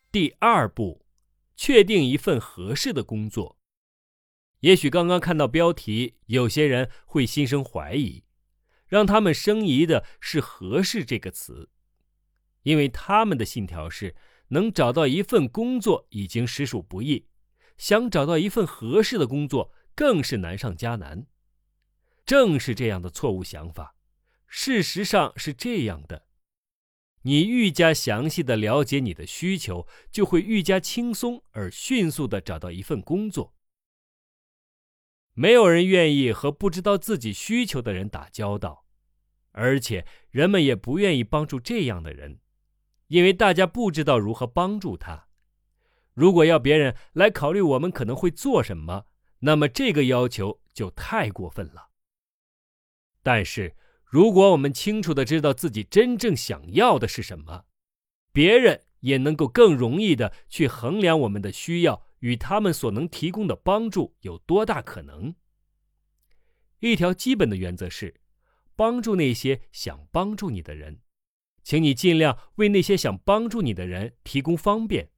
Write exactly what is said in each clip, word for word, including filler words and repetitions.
第二步，确定一份合适的工作。也许刚刚看到标题，有些人会心生怀疑，让他们生疑的是合适这个词，因为他们的信条是能找到一份工作已经实属不易，想找到一份合适的工作更是难上加难。正是这样的错误想法，事实上是这样的，你愈加详细地了解你的需求，就会愈加轻松而迅速地找到一份工作。没有人愿意和不知道自己需求的人打交道，而且人们也不愿意帮助这样的人，因为大家不知道如何帮助他。如果要别人来考虑我们可能会做什么，那么这个要求就太过分了。但是如果我们清楚地知道自己真正想要的是什么，别人也能够更容易地去衡量我们的需要与他们所能提供的帮助有多大可能。一条基本的原则是，帮助那些想帮助你的人，请你尽量为那些想帮助你的人提供方便。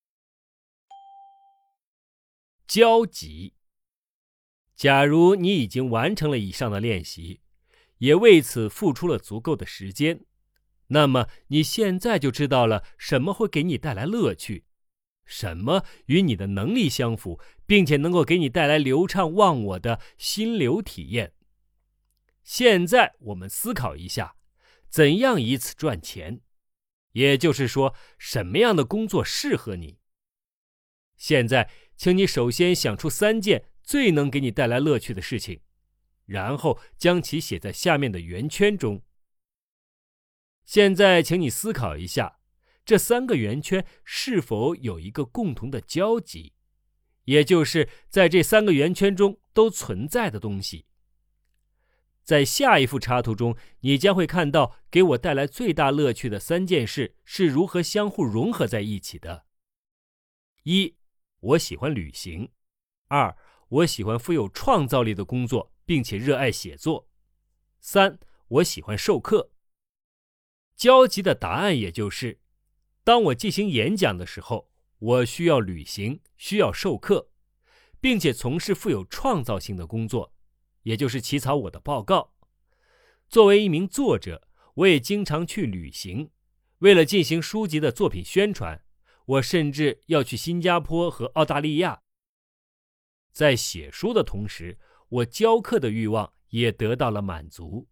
交集。假如你已经完成了以上的练习，也为此付出了足够的时间，那么你现在就知道了什么会给你带来乐趣，什么与你的能力相符，并且能够给你带来流畅忘我的心流体验。现在我们思考一下，怎样以此赚钱，也就是说，什么样的工作适合你。现在请你首先想出三件最能给你带来乐趣的事情，然后将其写在下面的圆圈中。现在请你思考一下，这三个圆圈是否有一个共同的交集，也就是在这三个圆圈中都存在的东西。在下一幅插图中，你将会看到给我带来最大乐趣的三件事是如何相互融合在一起的。一，我喜欢旅行。二，我喜欢富有创造力的工作，并且热爱写作。三，我喜欢授课。交集的答案也就是，当我进行演讲的时候，我需要旅行，需要授课，并且从事富有创造性的工作，也就是起草我的报告。作为一名作者，我也经常去旅行，为了进行书籍的作品宣传，我甚至要去新加坡和澳大利亚。在写书的同时，我教课的欲望也得到了满足。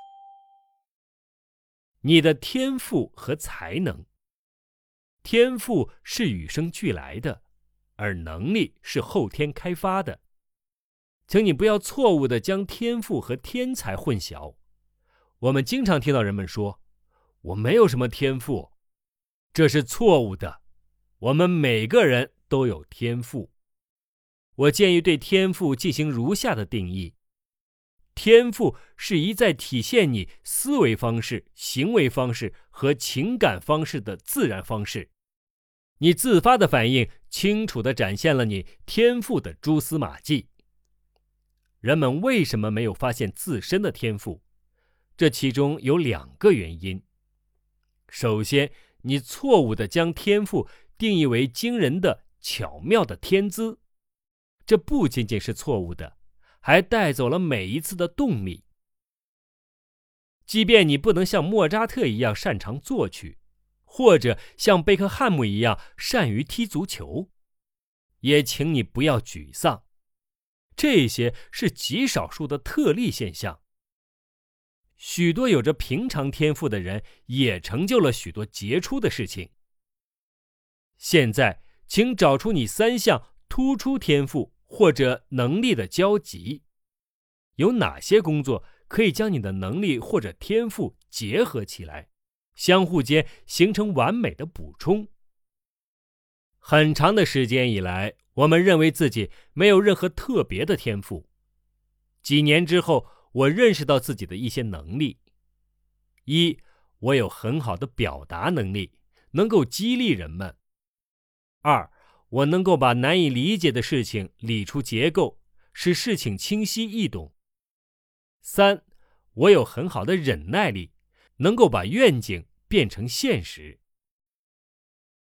你的天赋和才能。天赋是与生俱来的，而能力是后天开发的。请你不要错误地将天赋和天才混淆。我们经常听到人们说，我没有什么天赋，这是错误的。我们每个人都有天赋。我建议对天赋进行如下的定义。天赋是一再体现你思维方式、行为方式和情感方式的自然方式。你自发的反应清楚地展现了你天赋的蛛丝马迹。人们为什么没有发现自身的天赋？这其中有两个原因。首先，你错误地将天赋定义为惊人的、巧妙的天资。这不仅仅是错误的，还带走了每一次的动力。即便你不能像莫扎特一样擅长作曲，或者像贝克汉姆一样善于踢足球，也请你不要沮丧。这些是极少数的特例现象。许多有着平常天赋的人也成就了许多杰出的事情。现在，请找出你三项突出天赋或者能力的交集。有哪些工作可以将你的能力或者天赋结合起来，相互间形成完美的补充？很长的时间以来，我们认为自己没有任何特别的天赋。几年之后，我认识到自己的一些能力。一，我有很好的表达能力，能够激励人们。二，我能够把难以理解的事情理出结构，使事情清晰易懂。三，我有很好的忍耐力，能够把愿景变成现实。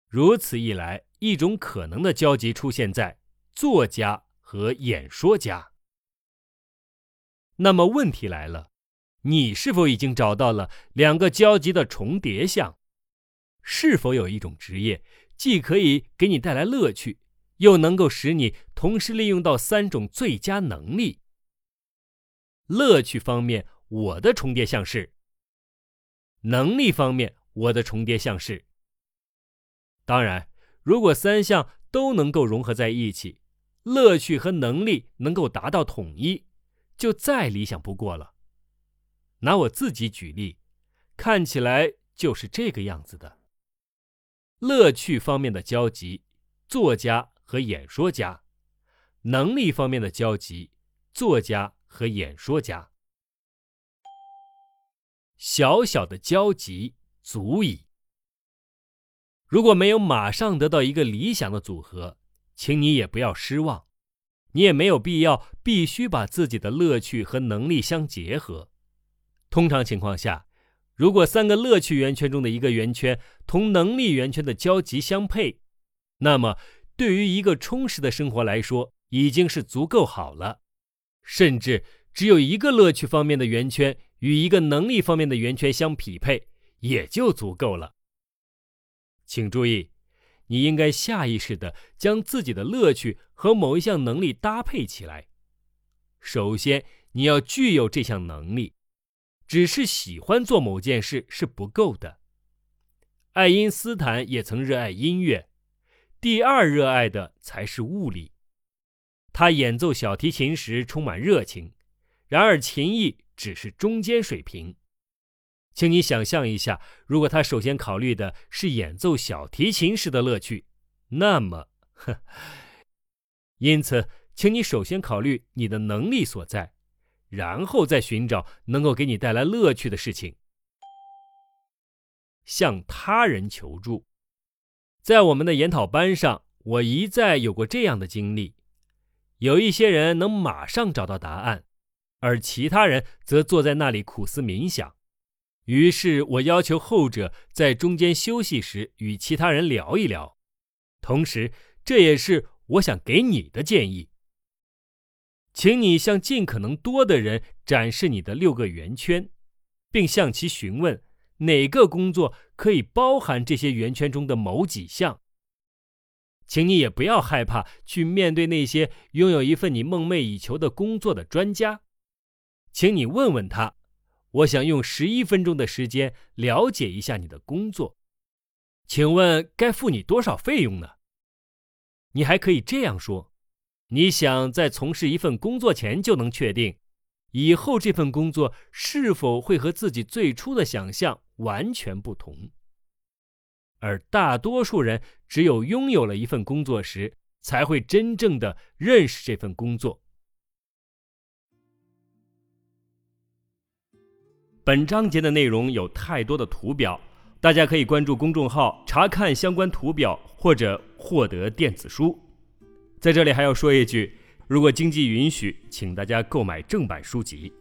如此一来，一种可能的交集出现在作家和演说家。那么问题来了，你是否已经找到了两个交集的重叠项？是否有一种职业既可以给你带来乐趣，又能够使你同时利用到三种最佳能力？乐趣方面，我的重叠项是；能力方面，我的重叠项是。当然，如果三项都能够融合在一起，乐趣和能力能够达到统一，就再理想不过了。拿我自己举例，看起来就是这个样子的。乐趣方面的交集，作家和演说家；能力方面的交集，作家和演说家。小小的交集足矣。如果没有马上得到一个理想的组合，请你也不要失望，你也没有必要必须把自己的乐趣和能力相结合。通常情况下，如果三个乐趣圆圈中的一个圆圈同能力圆圈的交集相配，那么对于一个充实的生活来说，已经是足够好了。甚至只有一个乐趣方面的圆圈与一个能力方面的圆圈相匹配，也就足够了。请注意，你应该下意识地将自己的乐趣和某一项能力搭配起来。首先，你要具有这项能力，只是喜欢做某件事是不够的。爱因斯坦也曾热爱音乐，第二热爱的才是物理。他演奏小提琴时充满热情，然而琴艺只是中间水平。请你想象一下，如果他首先考虑的是演奏小提琴时的乐趣，那么呵因此请你首先考虑你的能力所在，然后再寻找能够给你带来乐趣的事情。向他人求助。在我们的研讨班上，我一再有过这样的经历，有一些人能马上找到答案，而其他人则坐在那里苦思冥想。于是我要求后者在中间休息时与其他人聊一聊，同时这也是我想给你的建议。请你向尽可能多的人展示你的六个圆圈，并向其询问哪个工作可以包含这些圆圈中的某几项。请你也不要害怕去面对那些拥有一份你梦寐以求的工作的专家，请你问问他，我想用十一分钟的时间了解一下你的工作，请问该付你多少费用呢？你还可以这样说，你想在从事一份工作前就能确定，以后这份工作是否会和自己最初的想象完全不同。而大多数人只有拥有了一份工作时，才会真正的认识这份工作。本章节的内容有太多的图表，大家可以关注公众号查看相关图表或者获得电子书。在这里还要说一句，如果经济允许，请大家购买正版书籍。